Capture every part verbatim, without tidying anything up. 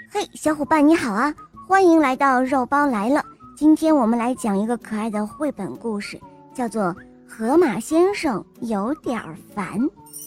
嘿，小伙伴你好啊，欢迎来到肉包来了。今天我们来讲一个可爱的绘本故事，叫做《河马先生有点烦》。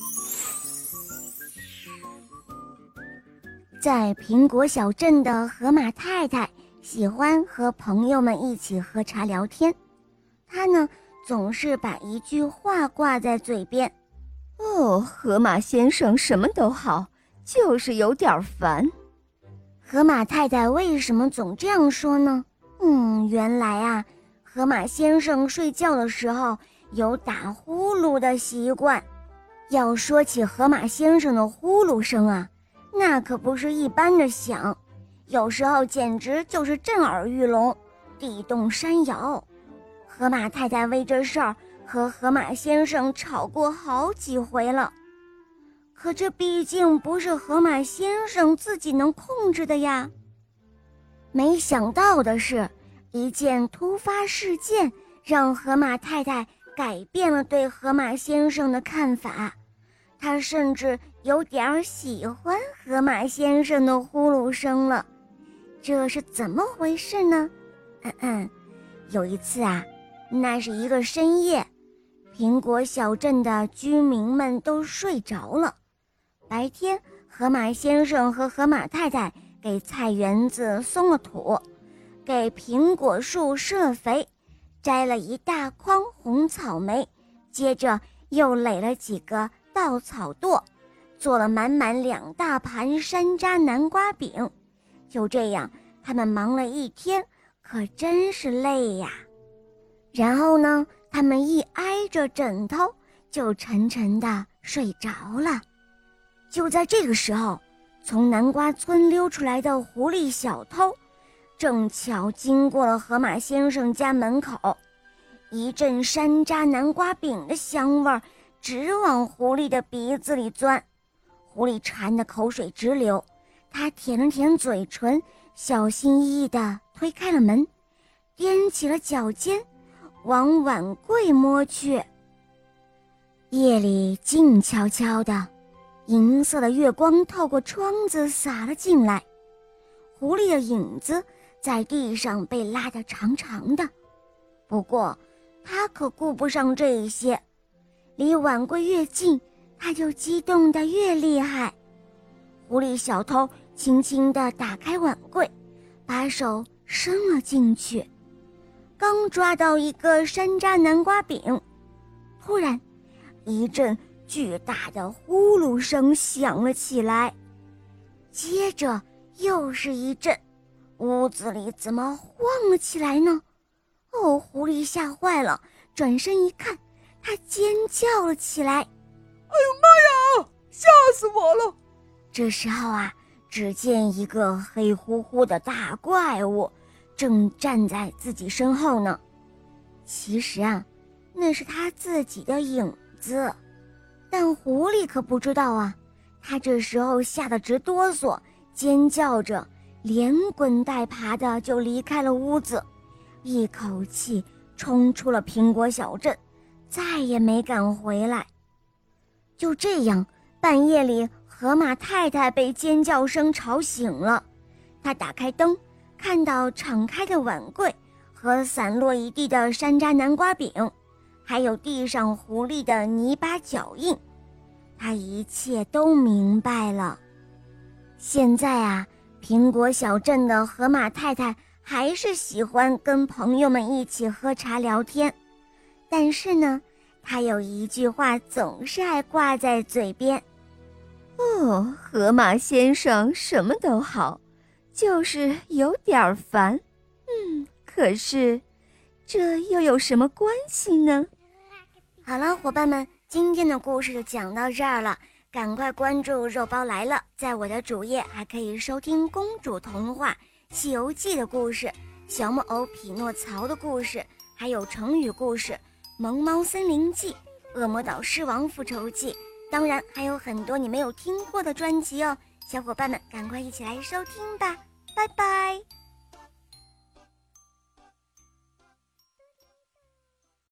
在苹果小镇的河马太太喜欢和朋友们一起喝茶聊天，她呢总是把一句话挂在嘴边： 哦，河马先生什么都好，就是有点烦。 河马太太为什么总这样说呢？嗯，原来啊，河马先生睡觉的时候有打呼噜的习惯。要说起河马先生的呼噜声啊，那可不是一般的响，有时候简直就是震耳欲聋，地动山摇。河马太太为这事儿和河马先生吵过好几回了。可这毕竟不是河马先生自己能控制的呀。没想到的是，一件突发事件让河马太太改变了对河马先生的看法，她甚至有点喜欢河马先生的呼噜声了。这是怎么回事呢？嗯嗯，有一次啊，那是一个深夜，苹果小镇的居民们都睡着了。白天，河马先生和河马太太给菜园子松了土，给苹果树施了肥，摘了一大筐红草莓，接着又垒了几个稻草垛，做了满满两大盘山楂南瓜饼。就这样，他们忙了一天，可真是累呀。然后呢，他们一挨着枕头，就沉沉地睡着了。就在这个时候，从南瓜村溜出来的狐狸小偷正巧经过了河马先生家门口，一阵山楂南瓜饼的香味儿直往狐狸的鼻子里钻，狐狸馋得口水直流，他舔了舔嘴唇，小心翼翼地推开了门，踮起了脚尖往碗柜摸去。夜里静悄悄的，银色的月光透过窗子洒了进来，狐狸的影子在地上被拉得长长的。不过他可顾不上这些，离碗柜越近，他就激动得越厉害。狐狸小偷轻轻地打开碗柜，把手伸了进去，刚抓到一个山楂南瓜饼，突然一阵巨大的呼噜声响了起来，接着又是一阵，屋子里怎么晃了起来呢？哦，狐狸吓坏了，转身一看，他尖叫了起来：“哎呦妈呀，吓死我了！” 这时候啊，只见一个黑乎乎的大怪物正站在自己身后呢。其实啊，那是他自己的影子。但狐狸可不知道啊，他这时候吓得直哆嗦，尖叫着连滚带爬的就离开了屋子，一口气冲出了苹果小镇，再也没敢回来。就这样，半夜里河马太太被尖叫声吵醒了，她打开灯，看到敞开的碗柜和散落一地的山楂南瓜饼，还有地上狐狸的泥巴脚印，他一切都明白了。现在啊，苹果小镇的河马太太还是喜欢跟朋友们一起喝茶聊天，但是呢，她有一句话总是爱挂在嘴边： 哦，河马先生什么都好，就是有点烦。嗯，可是这又有什么关系呢？ 好了，伙伴们，今天的故事就讲到这儿了，赶快关注肉包来了，在我的主页还可以收听公主童话、西游记的故事、小木偶匹诺曹的故事，还有成语故事、萌猫森林记、恶魔岛狮王复仇记，当然还有很多你没有听过的专辑哦，小伙伴们赶快一起来收听吧，拜拜。